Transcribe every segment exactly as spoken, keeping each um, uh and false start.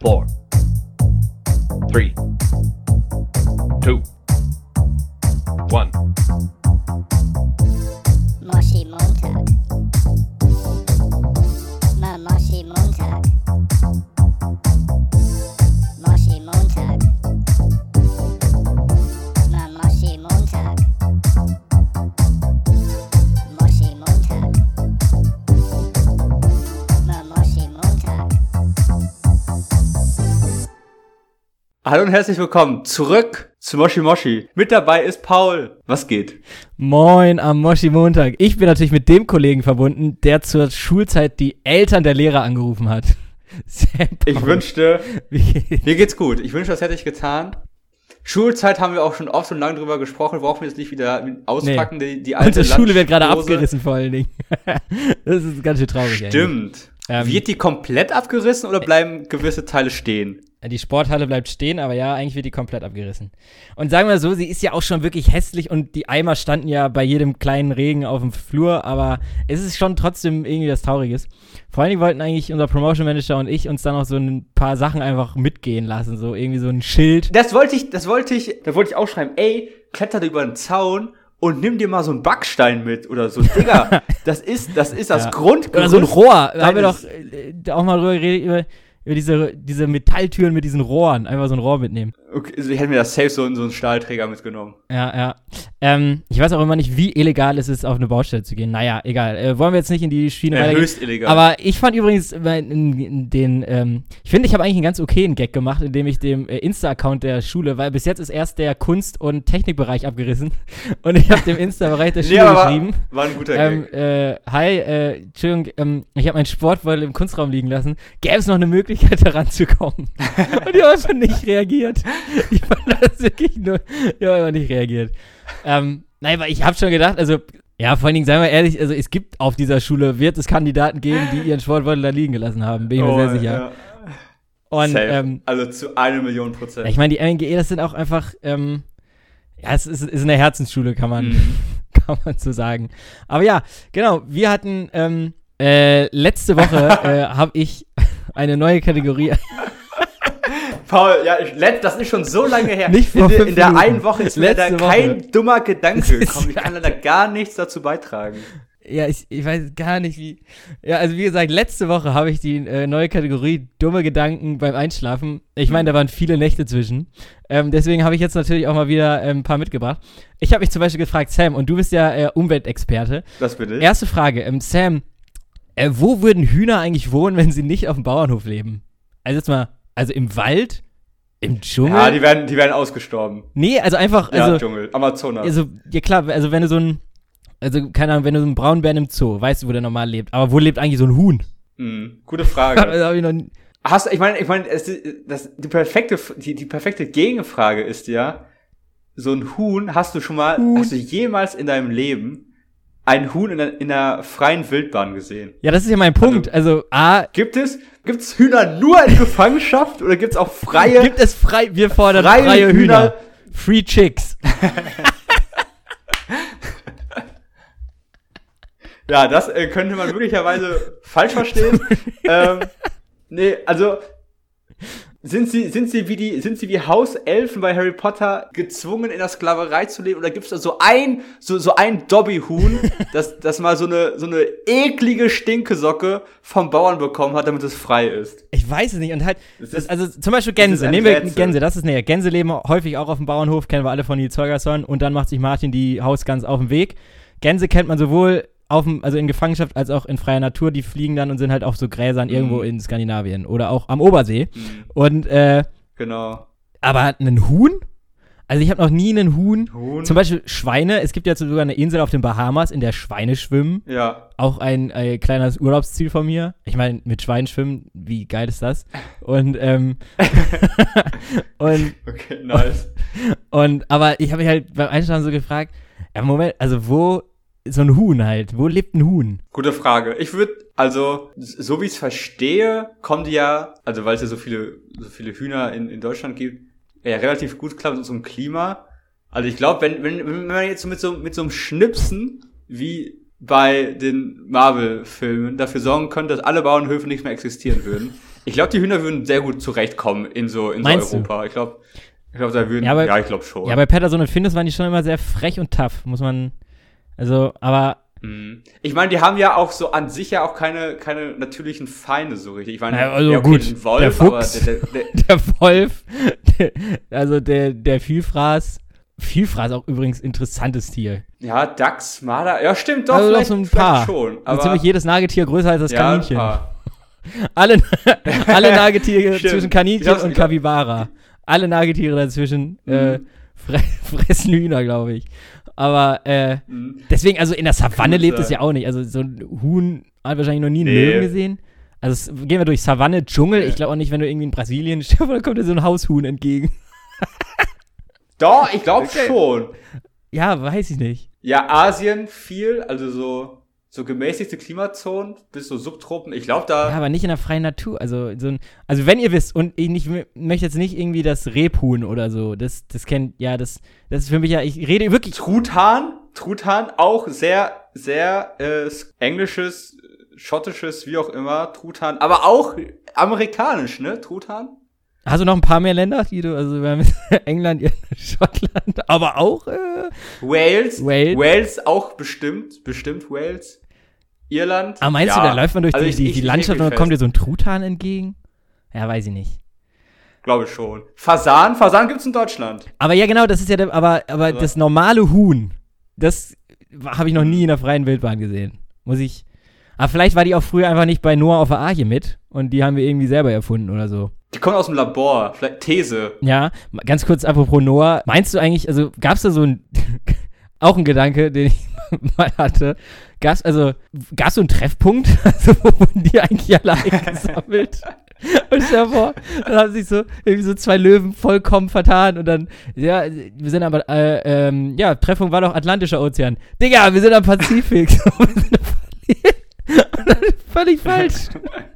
four, three, two, one. Moshi Montag. Ma Moshi Montag. Moshi Montag. Ma Moshi Montag. Moshi Montag. Ma Moshi Montag. Hallo und herzlich willkommen zurück zu Moshi Moshi. Mit dabei ist Paul. Was geht? Moin am Moshi Montag. Ich bin natürlich mit dem Kollegen verbunden, der zur Schulzeit die Eltern der Lehrer angerufen hat. Sam Paul. Ich wünschte, Wie geht's? mir geht's gut. Ich wünschte, das hätte ich getan. Schulzeit haben wir auch schon oft und lang drüber gesprochen. Brauchen wir jetzt nicht wieder auspacken, die, die alte Unsere Schule wird gerade Landhose. abgerissen vor allen Dingen. Das ist ganz schön traurig eigentlich. Stimmt. Ähm, Wird die komplett abgerissen oder bleiben gewisse Teile stehen? Die Sporthalle bleibt stehen, aber ja, eigentlich wird die komplett abgerissen. Und sagen wir so, sie ist ja auch schon wirklich hässlich und die Eimer standen ja bei jedem kleinen Regen auf dem Flur, aber es ist schon trotzdem irgendwie was Trauriges. Vor allen Dingen wollten eigentlich unser Promotion Manager und ich uns dann noch so ein paar Sachen einfach mitgehen lassen, so irgendwie so ein Schild. Das wollte ich, das wollte ich, da wollte ich auch schreiben, ey, kletter über den Zaun und nimm dir mal so einen Backstein mit oder so. Digga, das ist, das ist das Ja. Grundgerüst. Oder so ein Rohr, da haben wir deines- doch äh, auch mal drüber geredet, über, über diese, diese Metalltüren mit diesen Rohren, einfach so ein Rohr mitnehmen. Okay, also ich hätte mir das safe so in so einen Stahlträger mitgenommen. Ja, ja. Ähm, ich weiß auch immer nicht, wie illegal es ist, auf eine Baustelle zu gehen. Naja, egal. Äh, wollen wir jetzt nicht in die Schiene Äh, weitergehen. höchst illegal. Aber ich fand übrigens äh, in, in den, ähm, ich finde, ich habe eigentlich einen ganz okayen Gag gemacht, indem ich dem äh, Insta-Account der Schule, weil bis jetzt ist erst der Kunst- und Technikbereich abgerissen und ich habe dem Insta-Bereich der Schule Nee, aber geschrieben. War, war ein guter Ähm, Gag. äh, hi, äh, Entschuldigung, ähm, ich habe meinen Sportbeutel im Kunstraum liegen lassen. Gäbe es noch eine Möglichkeit, da ranzukommen? Und die haben einfach nicht reagiert. Ich fand das wirklich nur, die haben einfach nicht reagiert. Ähm, nein, aber ich habe schon gedacht, also, ja, vor allen Dingen, seien wir ehrlich, also es gibt auf dieser Schule, wird es Kandidaten geben, die ihren Sportbeutel da liegen gelassen haben, bin ich mir Oh, sehr sicher. ja. Und, Safe. ähm, Also zu eine Million Prozent. ja, ich meine, die M N G E, das sind auch einfach, ähm, ja, es ist, ist eine Herzensschule, kann man, Mhm. kann man so sagen. Aber ja, genau, wir hatten, ähm, äh, letzte Woche äh, habe ich eine neue Kategorie. Paul, ja, ich, let, das ist schon so lange her. Nicht vor in, der- fünf in der Minuten. einen Woche ist mir da Letzte kein Woche. dummer Gedanke Das ist gekommen. Ich kann leider gar nichts dazu beitragen. Ja, ich, ich weiß gar nicht, wie. Ja, also wie gesagt, letzte Woche habe ich die äh, neue Kategorie dumme Gedanken beim Einschlafen. Ich meine, da waren viele Nächte zwischen. Ähm, deswegen habe ich jetzt natürlich auch mal wieder äh, ein paar mitgebracht. Ich habe mich zum Beispiel gefragt, Sam, und du bist ja äh, Umweltexperte. Das bin ich. Erste Frage, ähm, Sam, äh, wo würden Hühner eigentlich wohnen, wenn sie nicht auf dem Bauernhof leben? Also jetzt mal, also im Wald? Im Dschungel? Ja, die werden, die werden ausgestorben. nee, also einfach, Ja, also, Dschungel. Amazonas. also, ja klar, also wenn du so ein, also keine Ahnung, wenn du so einen Braunbären im Zoo, weißt du, wo der normal lebt, aber wo lebt eigentlich so ein Huhn? Mhm. Gute Frage. Also hab ich noch nie, Hast, ich meine, ich meine, es, das, die perfekte, die, die perfekte Gegenfrage ist ja, so ein Huhn, hast du schon mal, Huhn. hast du jemals in deinem Leben ein Huhn in der, in der freien Wildbahn gesehen? ja, das ist ja mein Punkt, also, A, Gibt es, gibt es Hühner nur in Gefangenschaft oder gibt es auch freie, gibt es frei, wir fordern freie freie, Hühner. Hühner? Free Chicks. Ja, das äh, könnte man möglicherweise falsch verstehen. ähm, nee, also sind sie sind sie wie die sind sie wie Hauselfen bei Harry Potter gezwungen in der Sklaverei zu leben oder gibt's da so ein so so ein Dobbyhuhn, das das mal so eine so eine eklige Stinkesocke vom Bauern bekommen hat, damit es frei ist? Ich weiß es nicht. Und halt, Das das ist- also zum Beispiel das ist Gänse. ein Nehmen wir Rätsel. Gänse, das ist näher. Gänse leben häufig auch auf dem Bauernhof, kennen wir alle von die Zeugerson. Und dann macht sich Martin die Hausgans auf den Weg. Gänse kennt man sowohl auf dem, also in Gefangenschaft als auch in freier Natur. Die fliegen dann und sind halt auf so Gräsern irgendwo in Skandinavien oder auch am Obersee. Mhm. Und, äh, Genau. aber ein Huhn? Also ich habe noch nie einen Huhn. Huhn. Zum Beispiel Schweine. Es gibt ja sogar eine Insel auf den Bahamas, in der Schweine schwimmen. Ja. Auch ein äh, kleines Urlaubsziel von mir. Ich meine, mit Schweinen schwimmen, wie geil ist das? Und, ähm, und, Okay, nice. und, aber ich habe mich halt beim Einschlafen so gefragt, ja, Moment, also wo, so ein Huhn halt, wo lebt ein Huhn? Gute Frage. Ich würde, also, so wie ich es verstehe, kommen die ja, also weil es ja so viele, so viele Hühner in, in Deutschland gibt, ja relativ gut klar mit unserem Klima. Also ich glaube, wenn, wenn, wenn man jetzt so mit so, mit so einem Schnipsen wie bei den Marvel-Filmen dafür sorgen könnte, dass alle Bauernhöfe nicht mehr existieren würden, Ich glaube, die Hühner würden sehr gut zurechtkommen in so, in so Meinst du? Europa. Ich glaube, ich glaube, da würden, Ja, aber- ja, ich glaube schon. Ja, bei Patterson und Findus waren die schon immer sehr frech und tough, muss man, also, aber, Mhm. Ich meine, die haben ja auch so an sich ja auch keine, keine natürlichen Feinde so richtig. Ich meine, Ja, also ja, okay, gut, ein Wolf, der Fuchs. aber der, der, der, der Wolf, der, also der, der Vielfraß, Vielfraß auch übrigens interessantes Tier. ja, Dachs, Marder, ja stimmt, doch, Also vielleicht, doch so ein vielleicht paar. schon. Also Aber ziemlich jedes Nagetier größer als das ja, ein Kaninchen. paar. Alle, alle Nagetiere Stimmt. zwischen Kaninchen Ich glaub's- und ich glaub- Kapibara. Alle Nagetiere dazwischen äh, Mhm. fre fressen Hühner, glaube ich. Aber äh, Mhm. deswegen, also in der Savanne Kann lebt sein. es ja auch nicht. Also so ein Huhn hat wahrscheinlich noch nie einen Nee. Löwen gesehen. Also es, gehen wir durch Savanne, Dschungel. Nee. Ich glaube auch nicht, wenn du irgendwie in Brasilien stehst, da kommt dir so ein Haushuhn entgegen. Doch, ich glaube Okay. schon. Ja, weiß ich nicht. Ja, Asien viel, also so, so gemäßigte Klimazonen bis so Subtropen. Ich glaube, da Ja, aber nicht in der freien Natur. Also, so ein, also wenn ihr wisst, und ich nicht, möchte jetzt nicht irgendwie das Rebhuhn oder so, das, das kennt, ja, das, das ist für mich ja, ich rede wirklich. Truthahn, Truthahn, auch sehr, sehr äh, englisches, schottisches, wie auch immer, Truthahn, aber auch amerikanisch, ne, Truthahn? Hast du noch ein paar mehr Länder, die du, also wir haben jetzt England, Schottland, aber auch, äh, Wales, Wales. Wales auch bestimmt, bestimmt Wales. Irland. aber meinst ja. du, da läuft man durch Also die, ich- die, ich- die ich Landschaft leg und mich dann kommt dir fest. so ein Truthahn entgegen? Ja, weiß ich nicht. Glaube ich schon. Fasan, Fasan gibt's in Deutschland. Aber ja, genau, das ist ja, der, aber, aber Also- das normale Huhn, das habe ich noch nie in der freien Wildbahn gesehen. Muss ich, aber vielleicht war die auch früher einfach nicht bei Noah auf der Arche mit und die haben wir irgendwie selber erfunden oder so. Die kommen aus dem Labor. Vielleicht These. Ja, ma- ganz kurz apropos Noah. Meinst du eigentlich, also gab's da so ein, auch ein Gedanke, den ich mal hatte, gab's, also, gab's so einen Treffpunkt? Also, wo wurden die eigentlich alle eingesammelt? Und stell dir vor, dann haben sich so, irgendwie so zwei Löwen vollkommen vertan und dann, ja, wir sind aber, äh, ähm, ja, Treffpunkt war doch Atlantischer Ozean. Digga, wir sind am Pazifik. So, wir sind und dann völlig falsch.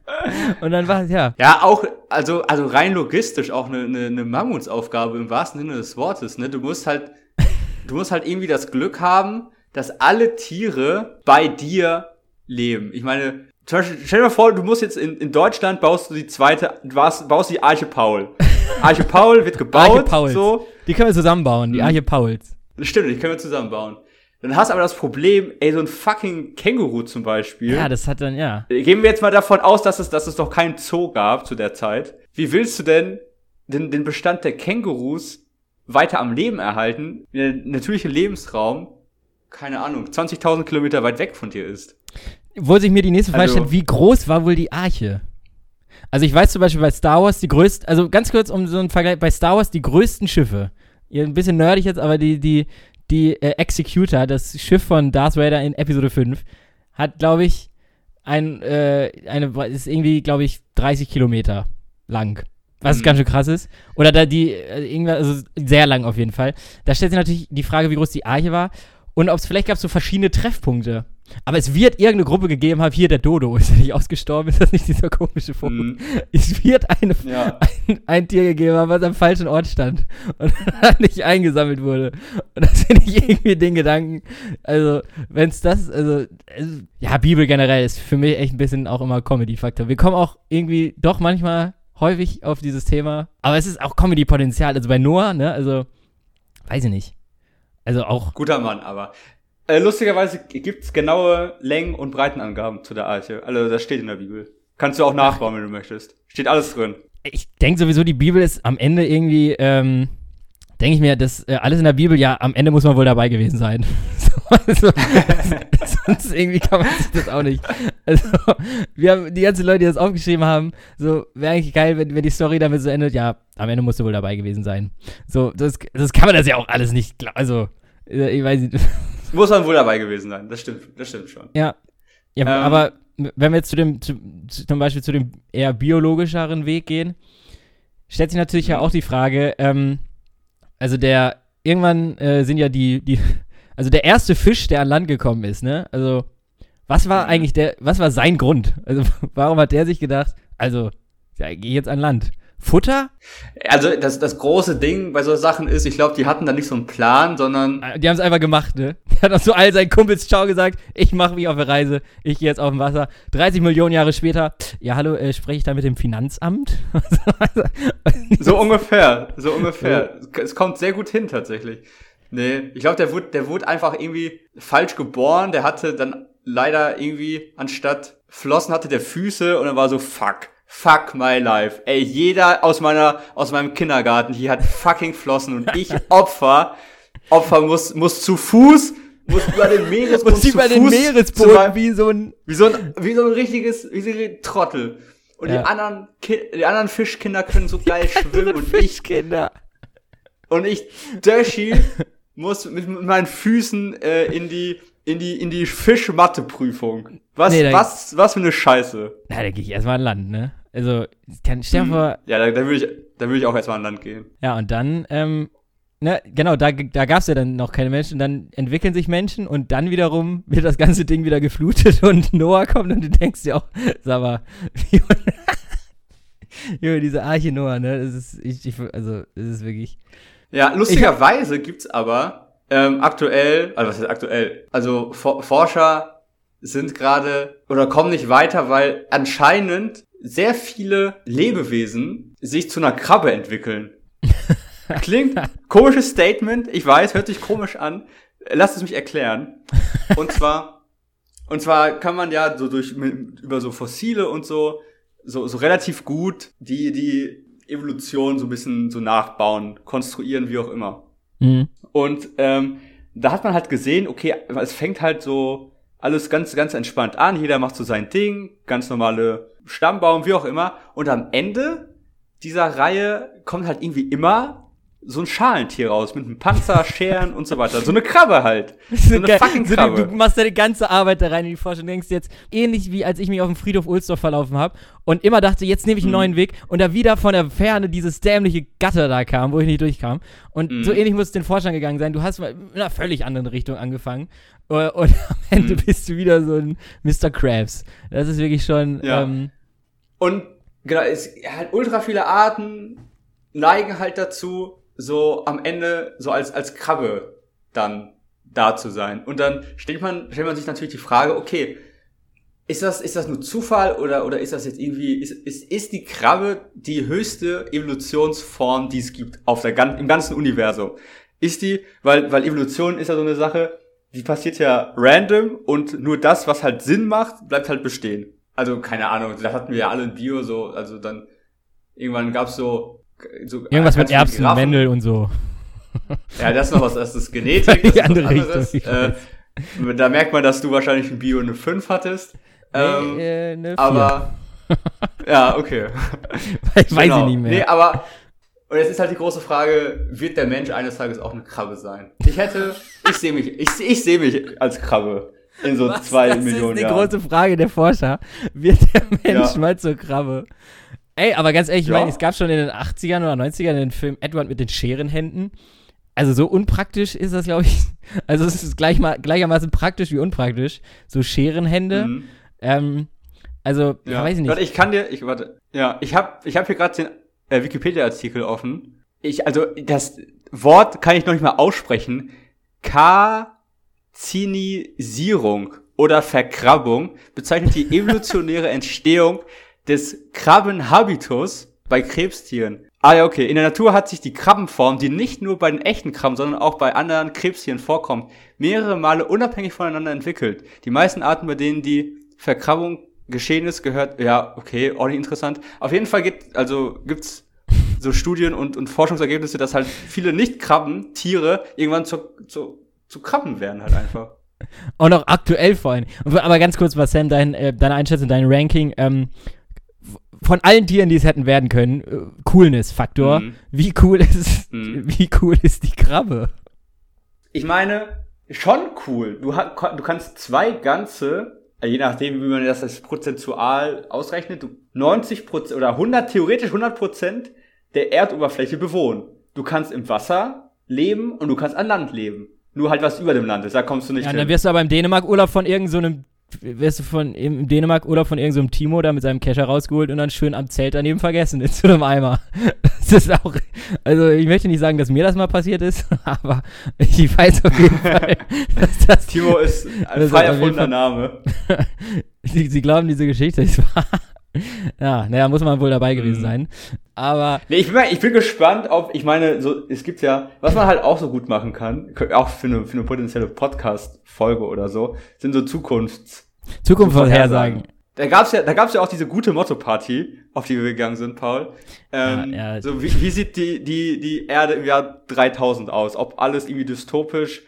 Und dann war es, ja. Ja, auch, also, also rein logistisch auch eine, eine, eine Mammutsaufgabe im wahrsten Sinne des Wortes, ne? Du musst halt, du musst halt irgendwie das Glück haben, dass alle Tiere bei dir leben. Ich meine, zum Beispiel, stell dir mal vor, du musst jetzt in, in Deutschland baust du die zweite, du baust, baust die Arche Paul. Arche Paul wird gebaut, Arche Pauls. so. Die können wir zusammenbauen, die Mhm. Arche Pauls. Das stimmt, die können wir zusammenbauen. Dann hast du aber das Problem, ey, so ein fucking Känguru zum Beispiel. Ja, das hat dann, ja. Gehen wir jetzt mal davon aus, dass es, dass es doch keinen Zoo gab zu der Zeit. Wie willst du denn den, den Bestand der Kängurus weiter am Leben erhalten, wenn der natürliche Lebensraum, keine Ahnung, zwanzigtausend Kilometer weit weg von dir ist? Wo sich mir die nächste Frage Also- stellt, wie groß war wohl die Arche? Also ich weiß zum Beispiel bei Star Wars die größten, also ganz kurz um so einen Vergleich, bei Star Wars die größten Schiffe, ja, ein bisschen nerdig jetzt, aber die, die, die äh, Executor, das Schiff von Darth Vader in Episode fünf, hat, glaube ich, ein, äh, eine, ist irgendwie, glaube ich, dreißig Kilometer lang. Was Mhm. ganz schön krass ist. Oder da die, äh, irgendwas, also sehr lang auf jeden Fall. Da stellt sich natürlich die Frage, wie groß die Arche war und ob es vielleicht gab es so verschiedene Treffpunkte. Aber es wird irgendeine Gruppe gegeben haben, hier der Dodo, ist er nicht ausgestorben, ist das nicht dieser komische Vogel? Mhm. Es wird eine, Ja. ein, ein Tier gegeben haben, was am falschen Ort stand und nicht eingesammelt wurde. Und das finde ich irgendwie den Gedanken, also wenn es das, also, also, ja, Bibel generell ist für mich echt ein bisschen auch immer Comedy-Faktor. Wir kommen auch irgendwie doch manchmal häufig auf dieses Thema, aber es ist auch Comedy-Potenzial, also bei Noah, ne, also, weiß ich nicht. Also auch, Guter Mann, aber. Äh, lustigerweise gibt's genaue Längen- und Breitenangaben zu der Arche. Also das steht in der Bibel. Kannst du auch nachbauen, wenn du möchtest. Steht alles drin. ich denke sowieso, die Bibel ist am Ende irgendwie, ähm, denke ich mir, dass äh, alles in der Bibel, ja, am Ende muss man wohl dabei gewesen sein. so, also, sonst irgendwie kann man sich das auch nicht. Also, wir haben die ganzen Leute, die das aufgeschrieben haben, so, wäre eigentlich geil, wenn, wenn die Story damit so endet, ja, am Ende musst du wohl dabei gewesen sein. So, das, das kann man das ja auch alles nicht, klar, also, äh, ich weiß nicht. Muss man wohl dabei gewesen sein. Das stimmt, das stimmt schon. Ja, ja, Ähm. aber wenn wir jetzt zu dem, zu, zu, zum Beispiel zu dem eher biologischeren Weg gehen, stellt sich natürlich ja auch die Frage, ähm, also der, irgendwann äh, sind ja die, die, also der erste Fisch, der an Land gekommen ist, ne, also, was war eigentlich der, was war sein Grund? Also, warum hat der sich gedacht, also, ja, geh jetzt an Land? Futter? Also das, das große Ding bei so Sachen ist, ich glaube, die hatten da nicht so einen Plan, sondern... Die haben es einfach gemacht, ne? Der hat auch so all seinen Kumpels Ciao gesagt, ich mache mich auf eine Reise, ich gehe jetzt auf dem Wasser. dreißig Millionen Jahre später, ja hallo, äh, spreche ich da mit dem Finanzamt? So ungefähr, so ungefähr. Ja. Es kommt sehr gut hin tatsächlich. Nee, ich glaube, der wurde, der wurde einfach irgendwie falsch geboren, der hatte dann leider irgendwie, anstatt Flossen hatte der Füße und dann war so, fuck. Fuck my life. Ey, jeder aus meiner, aus meinem Kindergarten hier hat fucking Flossen und ich Opfer, Opfer muss, muss zu Fuß, muss über den Meeresboden muss zu über Fuß, den Meeresboden, meinem, wie so ein, wie so ein, wie so ein richtiges, wie so ein Trottel. Und ja. die anderen, Ki- die anderen Fischkinder können so geil schwimmen und ich, und ich, Döschi, muss mit, mit meinen Füßen, äh, in die, in die, in die Fisch-Mathe-Prüfung. Was, nee, was, was für eine Scheiße. Na, da gehe ich erstmal an Land, ne? Also, kann, stell dir vor. Ja, da, da würde ich, da würde ich auch erstmal an Land gehen. Ja, und dann, ähm, ne, genau, da, da gab's ja dann noch keine Menschen, dann entwickeln sich Menschen und dann wiederum wird das ganze Ding wieder geflutet und Noah kommt und du denkst dir auch, sag mal, wie, Junge, diese Arche Noah, ne, das ist, ich, ich, also, das ist wirklich. Ja, lustigerweise hab, gibt's aber, ähm, aktuell, also was heißt aktuell, also For- Forscher sind gerade oder kommen nicht weiter, weil anscheinend sehr viele Lebewesen sich zu einer Krabbe entwickeln. Klingt komisches Statement, ich weiß, hört sich komisch an. Lasst es mich erklären. Und zwar, und zwar kann man ja so durch mit, über so Fossile und so so so relativ gut die die Evolution so ein bisschen so nachbauen, konstruieren, wie auch immer. Mhm. Und ähm, da hat man halt gesehen, okay, es fängt halt so alles ganz, ganz entspannt an. Jeder macht so sein Ding, ganz normale Stammbaum, wie auch immer. Und am Ende dieser Reihe kommt halt irgendwie immer so ein Schalentier raus mit einem Panzer, Scheren und so weiter. So eine Krabbe halt. So eine fucking Krabbe. So, du machst deine ganze Arbeit da rein in die Forschung und denkst jetzt, ähnlich wie als ich mich auf dem Friedhof Ohlsdorf verlaufen habe und immer dachte, jetzt nehme ich einen mhm. neuen Weg und da wieder von der Ferne dieses dämliche Gatter da kam, wo ich nicht durchkam. Und mhm. so ähnlich muss es den Forschern gegangen sein. Du hast mal in einer völlig anderen Richtung angefangen und am Ende mhm. bist du wieder so ein Mister Krabs. Das ist wirklich schon... Ja. Ähm, und genau, es halt ultra viele Arten neigen halt dazu, so am Ende so als als Krabbe dann da zu sein. Und dann stellt man stellt man sich natürlich die Frage, okay, ist das ist das nur Zufall oder oder ist das jetzt irgendwie ist ist ist die Krabbe die höchste Evolutionsform, die es gibt auf der im ganzen Universum? Ist die, weil weil Evolution ist ja so eine Sache, die passiert ja random und nur das, was halt Sinn macht, bleibt halt bestehen. Also keine Ahnung, das hatten wir ja alle in Bio so, also dann irgendwann gab's so So Irgendwas mit Erbsen, Mendel und so. Ja, das ist noch was, das ist Genetik, das die ist andere was anderes. Richtung, Äh, da merkt man, dass du wahrscheinlich in Bio eine fünf hattest. Ähm, nee, äh, eine vier. Aber, ja, okay. Weiß genau. ich nicht mehr. Nee, aber, und jetzt ist halt die große Frage, wird der Mensch eines Tages auch eine Krabbe sein? Ich hätte, ich sehe mich, ich, ich sehe mich als Krabbe. In so was, zwei Millionen Jahren. Das ist die Jahren. große Frage der Forscher. Wird der Mensch ja. mal zur Krabbe? Ey, aber ganz ehrlich, ich ja. meine, es gab schon in den achtzigern oder neunzigern den Film Edward mit den Scherenhänden. Also so unpraktisch ist das, glaube ich. Also es ist gleich mal, gleichermaßen praktisch wie unpraktisch. So Scherenhände. Mhm. Ähm, also, ja. ja, weiß ich nicht. Warte, ich kann dir, ich warte. Ja, ich habe ich hab hier gerade den äh, Wikipedia-Artikel offen. Ich, also das Wort kann ich noch nicht mal aussprechen. Karzinisierung oder Verkrabbung bezeichnet die evolutionäre Entstehung des Krabbenhabitus bei Krebstieren. Ah ja, okay. In der Natur hat sich die Krabbenform, die nicht nur bei den echten Krabben, sondern auch bei anderen Krebstieren vorkommt, mehrere Male unabhängig voneinander entwickelt. Die meisten Arten, bei denen die Verkrabbung geschehen ist, gehört, ja, okay, ordentlich interessant. Auf jeden Fall gibt, also gibt's so Studien und, und Forschungsergebnisse, dass halt viele Nicht-Krabben, Tiere, irgendwann zu, zu, zu Krabben werden halt einfach. Und auch aktuell vor allem. Aber ganz kurz, was Sam, dein, äh, deine Einschätzung, dein Ranking, ähm, von allen Tieren, die es hätten werden können, äh, Coolness-Faktor. Mhm. Wie cool ist, mhm. wie cool ist die Krabbe? Ich meine, schon cool. Du, ha- du kannst zwei ganze, je nachdem, wie man das als prozentual ausrechnet, du neunzig Prozent oder hundert, theoretisch hundert Prozent der Erdoberfläche bewohnen. Du kannst im Wasser leben und du kannst an Land leben. Nur halt was über dem Land ist, da kommst du nicht ja, hin. Ja, dann wirst du aber im Dänemark-Urlaub von irgendeinem so wirst du von im Dänemark Urlaub von irgendeinem so Timo da mit seinem Kescher rausgeholt und dann schön am Zelt daneben vergessen in so einem Eimer. Das ist auch, also ich möchte nicht sagen, dass mir das mal passiert ist, aber ich weiß auf jeden Fall, dass das... Timo ist ein frei erfundener Name. sie, sie glauben, diese Geschichte ist wahr. Ja, naja, muss man wohl dabei gewesen sein. Aber. Nee, ich bin, mal, ich bin gespannt, ob, ich meine, so, es gibt ja, was man halt auch so gut machen kann, auch für eine, für eine potenzielle Podcast-Folge oder so, sind so Zukunfts. Zukunftsvorhersagen. Da gab's ja, da gab's ja auch diese gute Motto-Party, auf die wir gegangen sind, Paul. Ähm, ja, ja. So, wie, wie sieht die, die, die Erde im Jahr dreitausend aus? Ob alles irgendwie dystopisch,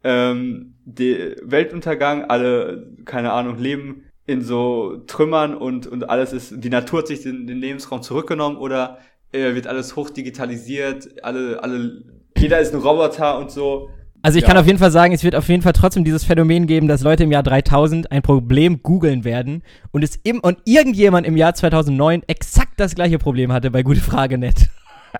ähm, der Weltuntergang, alle, keine Ahnung, leben in so Trümmern und und alles ist, die Natur hat sich den, den Lebensraum zurückgenommen oder äh, wird alles hochdigitalisiert, alle, alle, jeder ist ein Roboter und so. Also ich ja. kann auf jeden Fall sagen, es wird auf jeden Fall trotzdem dieses Phänomen geben, dass Leute im Jahr dreitausend ein Problem googeln werden und es im, und irgendjemand im Jahr zweitausendneun exakt das gleiche Problem hatte bei Gute Frage Punkt net.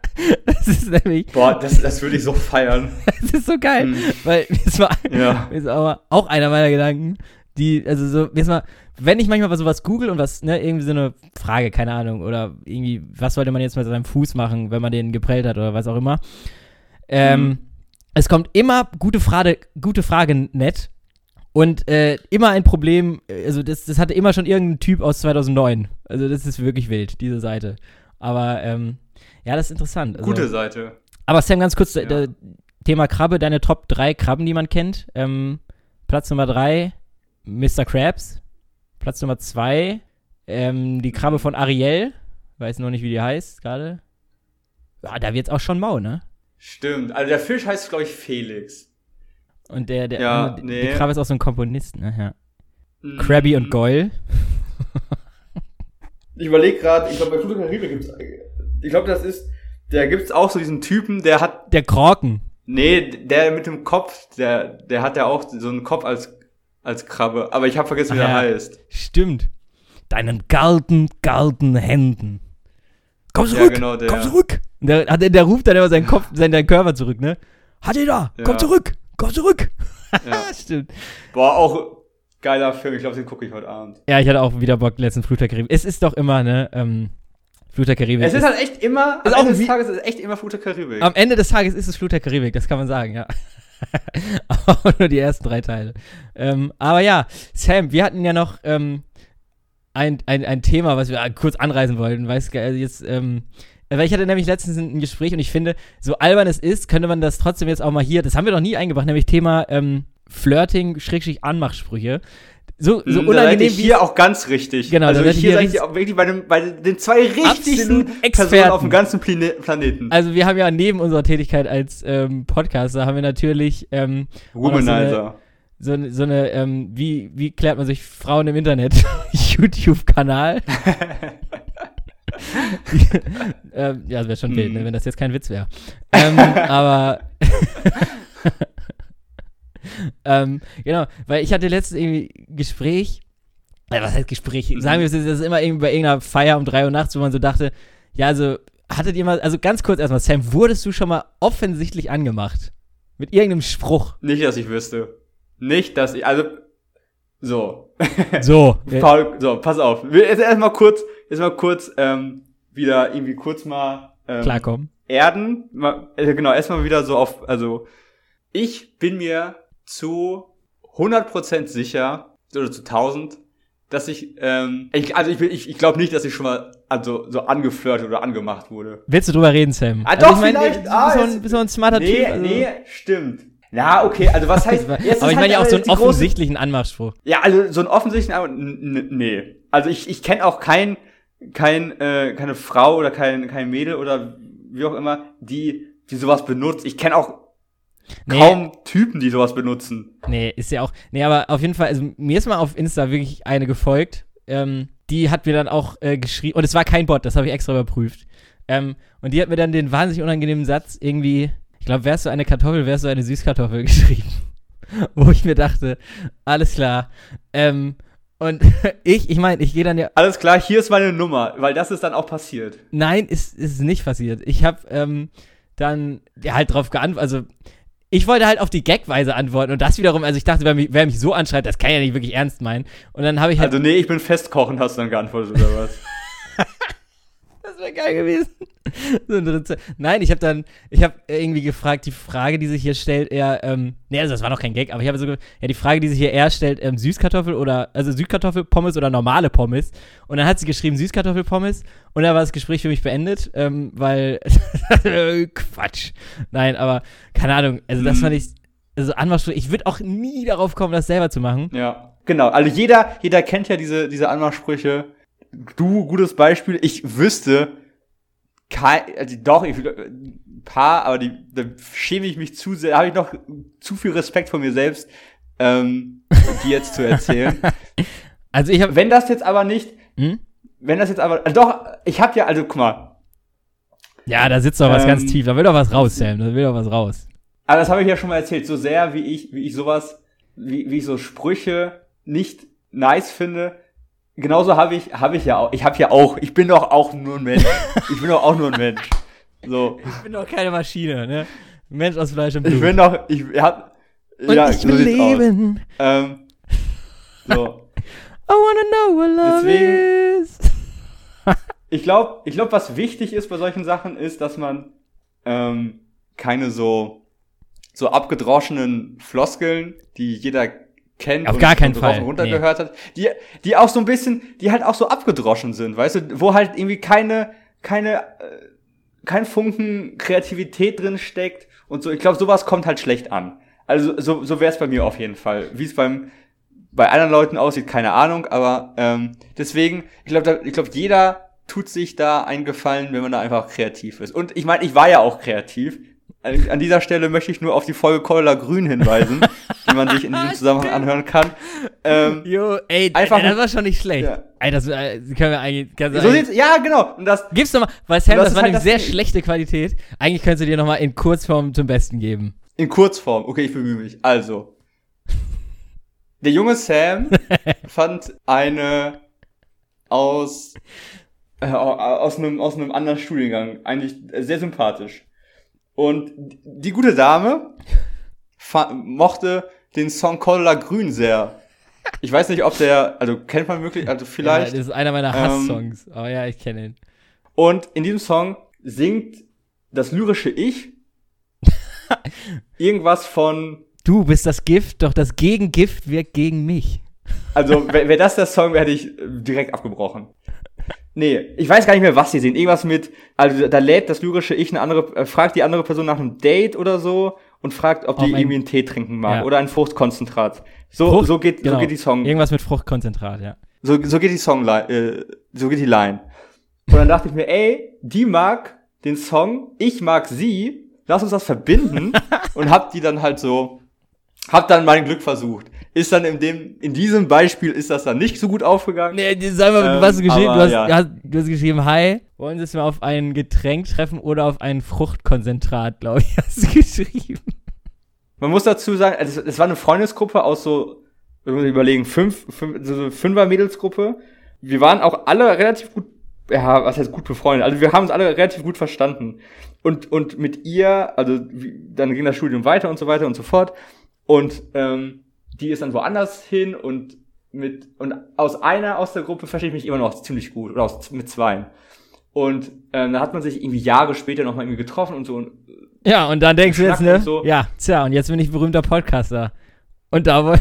Das ist nämlich... Boah, das, das würde ich so feiern. Das ist so geil, hm. weil das war, ja. das ist aber auch einer meiner Gedanken, die, also so, jetzt mal, wenn ich manchmal sowas google und was, ne, irgendwie so eine Frage, keine Ahnung, oder irgendwie, was sollte man jetzt mit seinem Fuß machen, wenn man den geprellt hat oder was auch immer, ähm, mhm. es kommt immer gute Frage, gute Frage net und äh, immer ein Problem, also das, das hatte immer schon irgendein Typ aus zweitausendneun, also das ist wirklich wild, diese Seite, aber ähm, ja, das ist interessant. Also, gute Seite. Aber Sam, ganz kurz, ja. äh, Thema Krabbe, deine Top drei Krabben, die man kennt, ähm, Platz Nummer drei, Mister Krabs. Platz Nummer zwei, ähm, die Krabbe von Ariel. Weiß noch nicht, wie die heißt gerade. Ja, da wird's auch schon mau, ne? Stimmt. Also der Fisch heißt, glaube ich, Felix. Und der, der, ja, die, nee. die Krabbe ist auch so ein Komponist, ne? Ja. Mm. Krabby und Goyle. Ich überlege gerade, ich glaube, bei Fluch der Karibik gibt's, ich glaube, das ist, da gibt's auch so diesen Typen, der hat... Der Kraken. Nee, der mit dem Kopf, der, der hat ja auch so einen Kopf als als Krabbe, aber ich habe vergessen, wie ah, der ja. heißt. Stimmt. Deinen galten, galten Händen. Komm zurück, ja, genau, der. komm zurück. Der, der, der ruft dann immer seinen Kopf, seinen Körper zurück, ne? Hat ihr da, ja. komm zurück, komm zurück. Ja. Stimmt. Boah, auch geiler Film, ich glaube, den gucke ich heute Abend. Ja, ich hatte auch wieder Bock, letzten Fluch der Karibik. Es ist doch immer, ne, ähm, Fluch der Karibik. Es ist, ist halt echt immer, am Ende des Tages ist es echt immer Fluch der Karibik. Am Ende des Tages ist es Fluch der Karibik, das kann man sagen, ja. Aber nur die ersten drei Teile. Ähm, aber ja, Sam, wir hatten ja noch ähm, ein, ein, ein Thema, was wir kurz anreißen wollten. Weißt du, also jetzt, ähm, weil ich hatte nämlich letztens ein Gespräch und ich finde, so albern es ist, könnte man das trotzdem jetzt auch mal hier, das haben wir noch nie eingebracht, nämlich Thema ähm, Flirting, Schrägstrich Anmachsprüche. So, so da unangenehm ich hier auch ganz richtig. Genau, also da hier seid ihr auch wirklich bei, dem, bei den zwei richtigsten Personen auf dem ganzen Plane- Planeten. Also wir haben ja neben unserer Tätigkeit als ähm, Podcaster haben wir natürlich ähm, Womanizer. So eine, so, so eine ähm, wie, wie klärt man sich Frauen im Internet? YouTube-Kanal. ähm, ja, das wäre schon wild, ne, wenn das jetzt kein Witz wäre. Ähm, aber ähm, genau, weil ich hatte letztens irgendwie Gespräch, äh, was heißt Gespräch? Sagen wir, das ist immer irgendwie bei irgendeiner Feier um drei Uhr nachts, wo man so dachte, ja, also, hattet ihr mal, also ganz kurz erstmal, Sam, wurdest du schon mal offensichtlich angemacht? Mit irgendeinem Spruch? Nicht, dass ich wüsste. Nicht, dass ich, also, so. So. Paul, so, pass auf. Jetzt erstmal kurz, jetzt mal kurz, ähm, wieder irgendwie kurz mal, ähm, klarkommen. Erden, mal, also genau, erstmal wieder so auf, also, ich bin mir zu hundert Prozent sicher, oder zu tausend, dass ich, ähm, ich also ich, ich, ich glaube nicht, dass ich schon mal also so angeflirtet oder angemacht wurde. Willst du drüber reden, Sam? Ah, also doch, ich mein, vielleicht. Du ah, bist, so ein, bist so ein smarter nee, Typ. Also. Nee, stimmt. Na, okay, also was heißt... aber ich meine halt ja auch so einen offensichtlichen große, Anmachspruch. Ja, also so einen offensichtlichen Anmachspruch, nee. Also ich, ich kenne auch kein, kein, äh, keine Frau oder kein, kein Mädel oder wie auch immer, die, die sowas benutzt. Ich kenne auch nee. kaum Typen, die sowas benutzen. Nee, ist ja auch... Nee, aber auf jeden Fall, also mir ist mal auf Insta wirklich eine gefolgt, ähm, die hat mir dann auch äh, geschrieben, und es war kein Bot, das habe ich extra überprüft, ähm, und die hat mir dann den wahnsinnig unangenehmen Satz irgendwie, ich glaube, wärst du eine Kartoffel, wärst du eine Süßkartoffel geschrieben, wo ich mir dachte, alles klar, ähm, und ich, ich meine, ich gehe dann ja... Alles klar, hier ist meine Nummer, weil das ist dann auch passiert. Nein, ist, ist nicht passiert. Ich habe ähm, dann ja, halt drauf geantwortet, also ich wollte halt auf die Gagweise antworten und das wiederum, also ich dachte, wer mich, wer mich so anschreibt, das kann ja nicht wirklich ernst meinen. Und dann habe ich halt. Also nee, ich bin festkochen, hast du dann geantwortet oder was? Das wäre geil gewesen. So ein Dritte. Nein, ich habe dann, ich habe irgendwie gefragt, die Frage, die sich hier stellt, eher, ähm, nee, also das war noch kein Gag, aber ich habe so, ge- ja, die Frage, die sich hier eher stellt, ähm, Süßkartoffel oder, also Süßkartoffelpommes oder normale Pommes. Und dann hat sie geschrieben Süßkartoffelpommes und dann war das Gespräch für mich beendet, ähm, weil, Quatsch. Nein, aber, keine Ahnung, also das fand ich, also Anmachsprüche, ich würde auch nie darauf kommen, das selber zu machen. Ja, genau. Also jeder, jeder kennt ja diese, diese Anmachsprüche. Du, gutes Beispiel. Ich wüsste, kein, also doch, ich, ein paar, aber die, da schäme ich mich zu sehr, habe ich noch zu viel Respekt vor mir selbst, ähm, die jetzt zu erzählen. Also ich habe, Wenn das jetzt aber nicht, hm? wenn das jetzt aber, also doch, ich habe ja, also guck mal, Ja, da sitzt doch was Ähm, ganz tief, da will doch was raus, Sam, da will doch was raus. aber das habe ich ja schon mal erzählt, so sehr wie ich, wie ich sowas, wie, wie ich so Sprüche nicht nice finde, genauso habe ich, habe ich ja auch, ich habe ja auch, ich bin doch auch nur ein Mensch. Ich bin doch auch nur ein Mensch. So. Ich bin doch keine Maschine, ne? Mensch aus Fleisch und Blut. Ich bin doch, ich hab, und ja, ich so will sieht's aus. leben. Ähm, so. I wanna know what love Deswegen- is. Ich glaube, ich glaube, was wichtig ist bei solchen Sachen, ist, dass man ähm, keine so so abgedroschenen Floskeln, die jeder kennt Auf und gar keinen und rauf Fall, und runter gehört hat, die die auch so ein bisschen, die halt auch so abgedroschen sind, weißt du, wo halt irgendwie keine keine äh, kein Funken Kreativität drin steckt und so. Ich glaube, sowas kommt halt schlecht an. Also so so wäre es bei mir auf jeden Fall. Wie es beim bei anderen Leuten aussieht, keine Ahnung, aber ähm, deswegen, ich glaube, ich glaube, jeder tut sich da einen Gefallen, wenn man da einfach kreativ ist. Und ich meine, ich war ja auch kreativ. An an dieser Stelle möchte ich nur auf die Folge Cholera Grün hinweisen, die man sich in diesem Zusammenhang anhören kann. Ähm, Jo, ey, Einfach- ey, das war schon nicht schlecht. Ja. Ey, das äh, können wir eigentlich... Kannst du so eigentlich- sieht's, ja, genau. Und das, Gib's doch mal, weil Sam, das das, ist war halt eine das sehr Ding. schlechte Qualität. Eigentlich könntest du dir nochmal in Kurzform zum Besten geben. in Kurzform. Okay, ich bemühe mich. Also. Der junge Sam fand eine aus, äh, aus einem, aus einem anderen Studiengang eigentlich sehr sympathisch. Und die gute Dame fa- mochte den Song Cholera Grün sehr. Ich weiß nicht, ob der, also kennt man wirklich, also vielleicht. Ja, das ist einer meiner Ähm, Hass-Songs. Aber ja, ich kenne ihn. Und in diesem Song singt das lyrische Ich irgendwas von, Du bist das Gift, doch das Gegengift wirkt gegen mich. also wäre wär das der Song, hätte ich äh, direkt abgebrochen. Nee, ich weiß gar nicht mehr, was sie singt. Irgendwas mit, also da lädt das lyrische Ich eine andere, äh, fragt die andere Person nach einem Date oder so und fragt, ob Auf die ein- irgendwie einen Tee trinken mag Ja. oder ein Fruchtkonzentrat. So, Frucht- so geht, Genau. so geht die Song, Irgendwas mit Fruchtkonzentrat, ja. so, so geht die Song, äh, so geht die Line. Und dann dachte ich mir, ey, die mag den Song, ich mag sie, lass uns das verbinden und hab die dann halt so, hab dann mein Glück versucht. Ist dann in dem, in diesem Beispiel ist das dann nicht so gut aufgegangen. Nee, die- sag mal, Ähm, was hast du geschrieben? aber Du hast, ja. du, hast, du hast geschrieben, hi, wollen Sie es mal auf ein Getränk treffen oder auf ein Fruchtkonzentrat, glaube ich, hast du geschrieben. Man muss dazu sagen, also es war eine Freundesgruppe aus so, wir müssen überlegen, fünf, fünf so eine Fünfer-Mädelsgruppe. Wir waren auch alle relativ gut, ja, was heißt gut befreundet? Also wir haben uns alle relativ gut verstanden. Und, und mit ihr, also wie, dann ging das Studium weiter und so weiter und so fort. Und ähm, die ist dann woanders hin und mit und aus einer aus der Gruppe verstehe ich mich immer noch ziemlich gut, oder aus, mit zweien. Und ähm, dann hat man sich irgendwie Jahre später nochmal irgendwie getroffen und so. Und Ja, und dann denkst du jetzt, Schnacken ne? und so. Ja, tja, und jetzt bin ich berühmter Podcaster. Und da wohl.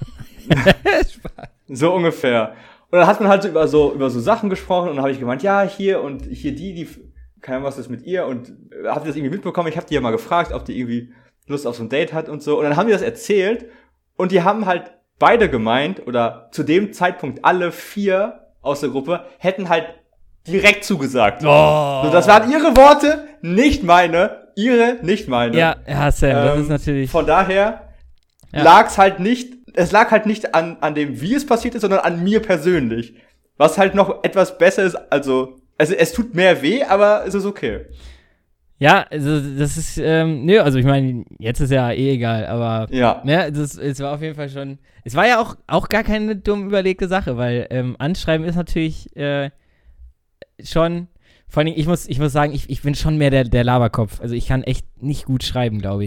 So ungefähr. Und dann hat man halt so über so über so Sachen gesprochen und dann habe ich gemeint, ja, hier und hier die, die, keine Ahnung, was ist mit ihr und äh, habt ihr das irgendwie mitbekommen? Ich habe die ja mal gefragt, ob die irgendwie Lust auf so ein Date hat und so. Und dann haben die das erzählt und die haben halt beide gemeint, oder zu dem Zeitpunkt alle vier aus der Gruppe, hätten halt direkt zugesagt. Oh. So, das waren ihre Worte, nicht meine, ihre, nicht meine. Ja, ja, Sam, das Ähm, ist natürlich. Von daher Ja. lag's halt nicht, es lag halt nicht an, an dem, wie es passiert ist, sondern an mir persönlich. Was halt noch etwas besser ist, also, also es tut mehr weh, aber es ist okay. Ja, also das ist, ähm, nö, also ich meine, jetzt ist ja eh egal, aber Ja. ne, das, es war auf jeden Fall schon, es war ja auch, auch gar keine dumm überlegte Sache, weil ähm, Anschreiben ist natürlich äh, schon, vor allem, ich muss, ich muss sagen, ich, ich bin schon mehr der, der Laberkopf, also ich kann echt nicht gut schreiben, glaube ich.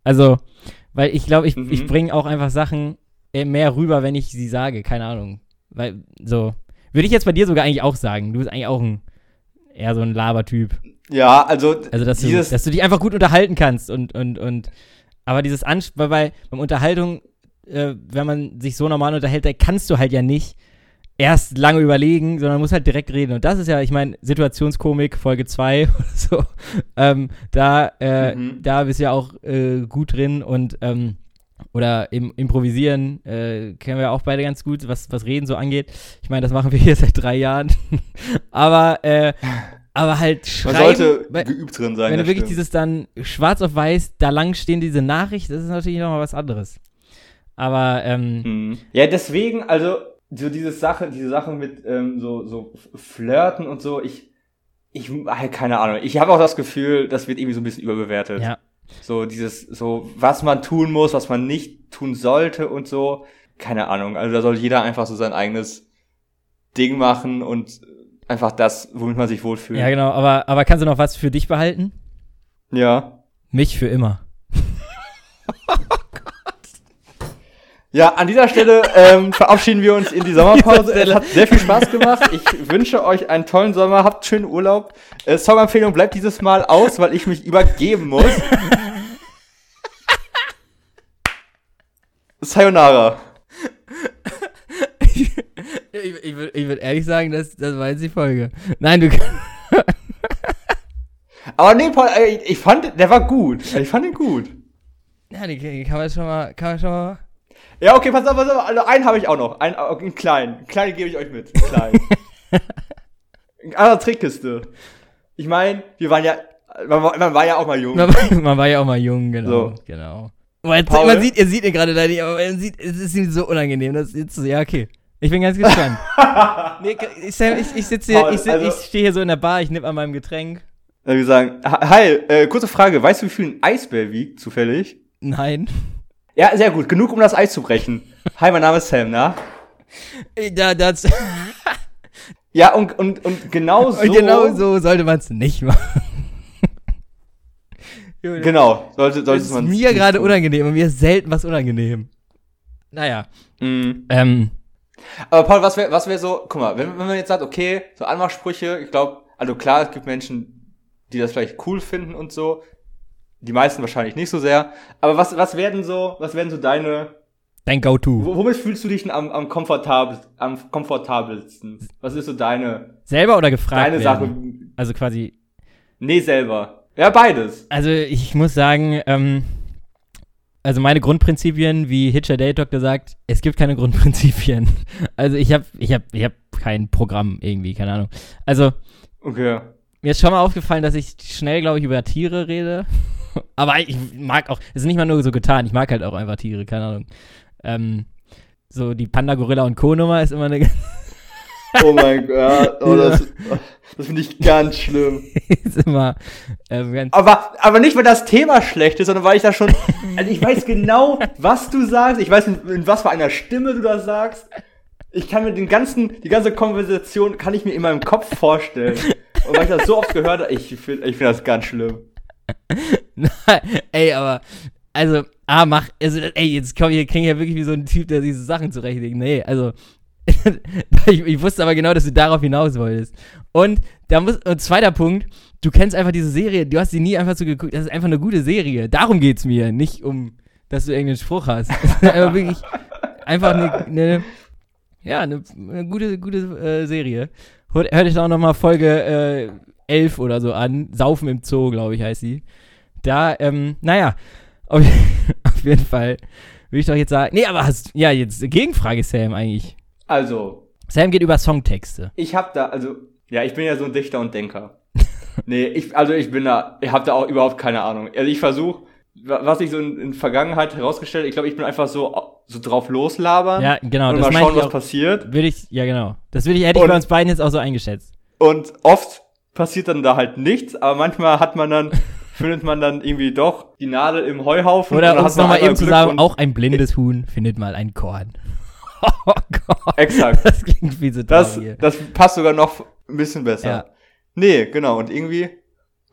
Also, weil ich glaube, ich, Mhm. ich bringe auch einfach Sachen äh, mehr rüber, wenn ich sie sage. Keine Ahnung. Weil, so. Würde ich jetzt bei dir sogar eigentlich auch sagen. Du bist eigentlich auch ein eher so ein Labertyp. Ja, also, Also, dass du, dieses, dass du dich einfach gut unterhalten kannst und, und, und, aber dieses Ans bei, bei beim Unterhaltung, äh, wenn man sich so normal unterhält, da kannst du halt ja nicht erst lange überlegen, sondern musst halt direkt reden. Und das ist ja, ich meine, Situationskomik, Folge zwei oder so, ähm, da, äh, Mhm. da bist du ja auch äh, gut drin und, ähm, oder im Improvisieren äh, kennen wir auch beide ganz gut, was, was Reden so angeht. Ich meine, das machen wir hier seit drei Jahren. aber, äh, aber halt man schreiben, sollte weil- geübt drin sein. wenn du das wirklich stimmt. dieses dann schwarz auf weiß, da lang stehen diese Nachricht, das ist natürlich nochmal was anderes. Aber, ähm, Mhm. Ja, deswegen, also, so diese Sache, diese Sache mit ähm, so, so Flirten und so, ich, ich, ah, keine Ahnung, ich habe auch das Gefühl, das wird irgendwie so ein bisschen überbewertet. ja. So dieses, so, was man tun muss, was man nicht tun sollte und so. Keine Ahnung. Also da soll jeder einfach so sein eigenes Ding machen und einfach das, womit man sich wohlfühlt. Ja, genau, aber, aber kannst du noch was für dich behalten? Ja. Mich für immer. Ja, an dieser Stelle ähm, verabschieden wir uns in die Sommerpause. Es hat sehr viel Spaß gemacht. Ich wünsche euch einen tollen Sommer. Habt schönen Urlaub. Äh, Songempfehlung bleibt dieses Mal aus, weil ich mich übergeben muss. Sayonara. ich ich würde ich würd ehrlich sagen, das, das war jetzt die Folge. Nein, du Aber nee, Paul, äh, ich, ich fand, der war gut. Ich fand ihn gut. Ja, die, die kann man schon mal, kann man schon mal. Ja, okay, pass auf, pass auf. Also einen habe ich auch noch. Einen, einen kleinen. Einen kleinen gebe ich euch mit. Einen kleinen. Eine andere Trickkiste. Ich meine, wir waren ja, man, war- man war ja auch mal jung. Man war, man war ja auch mal jung, genau. So. Genau. Aber jetzt, Paul? man sieht, ihr seht ihn gerade da nicht, aber man sieht, es ist ihm so unangenehm. Das ist jetzt so, ja, okay. Ich bin ganz gespannt. nee, ich, Sam, ich, ich sitze hier, Paul, ich, sitz, also- ich stehe hier so in der Bar, ich nippe an meinem Getränk. Dann wir sagen, hi, äh, kurze Frage, weißt du, wie viel ein Eisbär wiegt, zufällig? Nein. Ja, sehr gut, genug, um das Eis zu brechen. Hi, mein Name ist Sam, na? Da, das, Ja, und, und, und genau so. und genau so sollte man es nicht machen. Genau, sollte, sollte Das ist man. mir gerade unangenehm und mir ist selten was unangenehm. Naja. Mhm. Ähm, Aber Paul, was wäre was wär so, guck mal, wenn, wenn man jetzt sagt, okay, so Anmachsprüche, ich glaube, also klar, es gibt Menschen, die das vielleicht cool finden und so. Die meisten wahrscheinlich nicht so sehr. Aber was, was werden so, was werden so deine, dein Go-To. wo- womit fühlst du dich denn am, am, komfortabel, am komfortabelsten? Was ist so deine, Selber oder gefragt deine werden? Sache? Also quasi, Nee, selber. Ja, beides. also ich muss sagen, ähm, also meine Grundprinzipien, wie Hitcher Date Doctor sagt, es gibt keine Grundprinzipien. Also ich habe ich hab, ich hab kein Programm irgendwie, keine Ahnung. Also Okay. mir ist schon mal aufgefallen, dass ich schnell, glaube ich, über Tiere rede. Aber ich mag auch, es ist nicht mal nur so getan, ich mag halt auch einfach Tiere, keine Ahnung. Ähm, so die Panda, Gorilla und Co-Nummer ist immer eine Oh mein Gott, oh, das, das finde ich ganz schlimm. ist immer ähm, ganz Aber, aber nicht, weil das Thema schlecht ist, sondern weil ich da schon, also ich weiß genau, was du sagst, ich weiß, in, in was für einer Stimme du das sagst. Ich kann mir den ganzen, die ganze Konversation, kann ich mir in meinem Kopf vorstellen. Und weil ich das so oft gehört habe, ich finde ich find das ganz schlimm. Ey, aber, also, ah, mach, also, ey, jetzt komm, hier klingt ja wirklich wie so ein Typ, der diese Sachen zurechtlegt. Nee, also, ich, ich wusste aber genau, dass du darauf hinaus wolltest. Und, da muss, und zweiter Punkt, du kennst einfach diese Serie, du hast sie nie einfach so geguckt, das ist einfach eine gute Serie. Darum geht's mir, nicht um, dass du irgendeinen Spruch hast. Das ist einfach wirklich, einfach eine, eine ja, eine, eine gute, gute äh, Serie. Hört, hört euch auch nochmal Folge äh, elf oder so an. Saufen im Zoo, glaube ich, heißt sie. Da, ähm, naja, auf, auf jeden Fall würde ich doch jetzt sagen, nee, aber hast, ja, jetzt Gegenfrage, Sam, eigentlich. Also, Sam geht über Songtexte. ich hab da, also, ja, ich bin ja so ein Dichter und Denker. Nee, ich, also ich bin da, ich hab da auch überhaupt keine Ahnung. Also ich versuche, was ich so in, in Vergangenheit herausgestellt, ich glaube, ich bin einfach so, so drauf loslabern. Ja, genau, und das mal meine schauen, ich was auch. passiert. Würde ich, ja genau. Das würde ich, hätte ich Und- bei uns beiden jetzt auch so eingeschätzt. Und oft passiert dann da halt nichts, aber manchmal hat man dann, findet man dann irgendwie doch die Nadel im Heuhaufen. Oder und dann um hat es man nochmal einmal eben zu Glück sagen, und- auch ein blindes Huhn findet mal ein Korn. Oh Gott. Exakt. Das klingt wie so Das, traurig. das passt sogar noch ein bisschen besser. Ja. Nee, genau. Und irgendwie,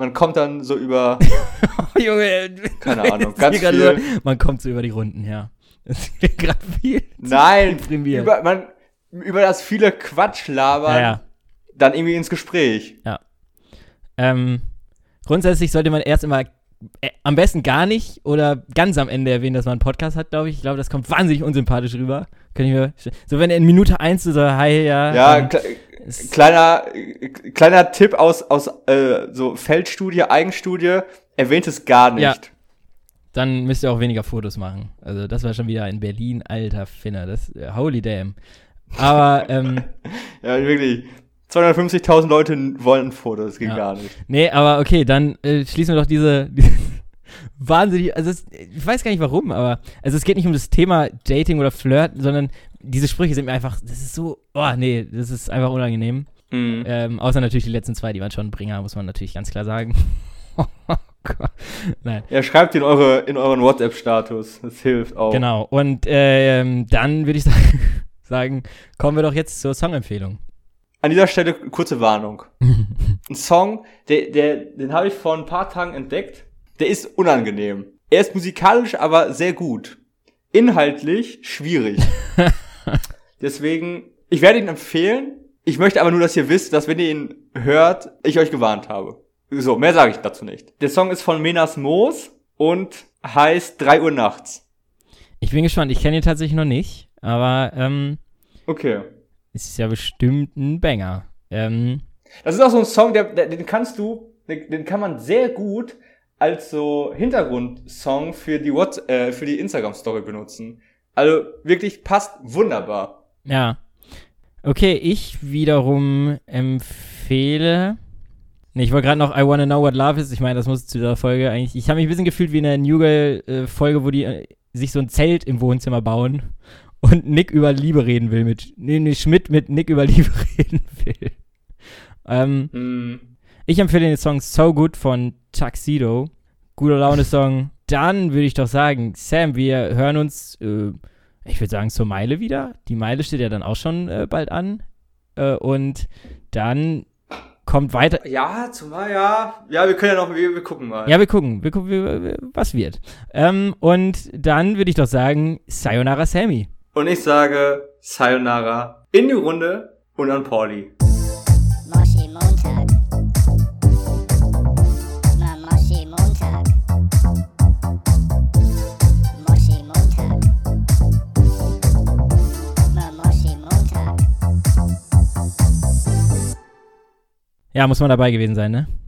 man kommt dann so über, Oh, Junge, keine Ahnung, jetzt ganz hier grad viel. So, man kommt so über die Runden, ja. Das ist hier gerade viel. Nein, deprimiert. über, man, über das viele Quatsch labern, Ja, ja. dann irgendwie ins Gespräch. Ähm, grundsätzlich sollte man erst immer äh, am besten gar nicht oder ganz am Ende erwähnen, dass man einen Podcast hat, glaube ich. Ich glaube, das kommt wahnsinnig unsympathisch rüber. Kann ich mir, so, wenn er in Minute eins so, hi, ja. Ja, ähm, kle es- kleiner, kleiner Tipp aus, aus äh, so Feldstudie, Eigenstudie, erwähnt es gar nicht. Ja. Dann müsst ihr auch weniger Fotos machen. Also das war schon wieder in Berlin, alter Finner. Das, äh, holy damn. Aber, ähm, Ja, wirklich. zweihundertfünfzigtausend Leute wollen ein Foto, das geht Ja. gar nicht. nee, aber okay, dann äh, schließen wir doch diese, diese wahnsinnig, also es, ich weiß gar nicht warum, aber, also es geht nicht um das Thema Dating oder Flirt, sondern diese Sprüche sind mir einfach, das ist so, oh nee, das ist einfach unangenehm. Mhm. Ähm, außer natürlich die letzten zwei, die waren schon ein Bringer, muss man natürlich ganz klar sagen. Oh Gott. Nein. Ja, schreibt in eure in euren WhatsApp-Status, das hilft auch. Genau, und ähm, dann würde ich sagen, sagen, kommen wir doch jetzt zur Songempfehlung. An dieser Stelle kurze Warnung. Ein Song, der, der, den habe ich vor ein paar Tagen entdeckt, der ist unangenehm. Er ist musikalisch aber sehr gut. Inhaltlich schwierig. Deswegen, ich werde ihn empfehlen. Ich möchte aber nur, dass ihr wisst, dass wenn ihr ihn hört, ich euch gewarnt habe. So, mehr sage ich dazu nicht. Der Song ist von Menas Moos und heißt drei Uhr nachts. Ich bin gespannt, ich kenne ihn tatsächlich noch nicht, aber ähm, Okay. es ist ja bestimmt ein Banger. Ähm, Das ist auch so ein Song, der, der, den kannst du, den, den kann man sehr gut als so Hintergrundsong für die What, äh, für die Instagram-Story benutzen. Also wirklich passt wunderbar. ja. Okay, ich wiederum empfehle. Nee, ich wollte gerade noch I Wanna Know What Love Is. Ich meine, das muss zu dieser Folge eigentlich. Ich habe mich ein bisschen gefühlt wie in der New Girl-Folge, wo die äh, sich so ein Zelt im Wohnzimmer bauen und Nick über Liebe reden will mit. Nee, nee, Schmidt mit Nick über Liebe reden will. Ähm, Hm. ich empfehle den Song So Good von Tuxedo. Guter Laune-Song. Dann würde ich doch sagen, Sam, wir hören uns, äh, ich würde sagen, zur Meile wieder. Die Meile steht ja dann auch schon äh, bald an. Äh, und dann kommt weiter. Ja, zumal ja. Ja, wir können ja noch, wir, wir gucken mal. Ja, wir gucken, wir gucken, wir, wir, was wird. Ähm, und dann würde ich doch sagen, Sayonara Sammy. Und ich sage Sayonara in die Runde und an Pauli. Moshi Montag. Na Moshi Montag. Moshi Montag. Na Moshi Montag. Ja, muss man dabei gewesen sein, ne?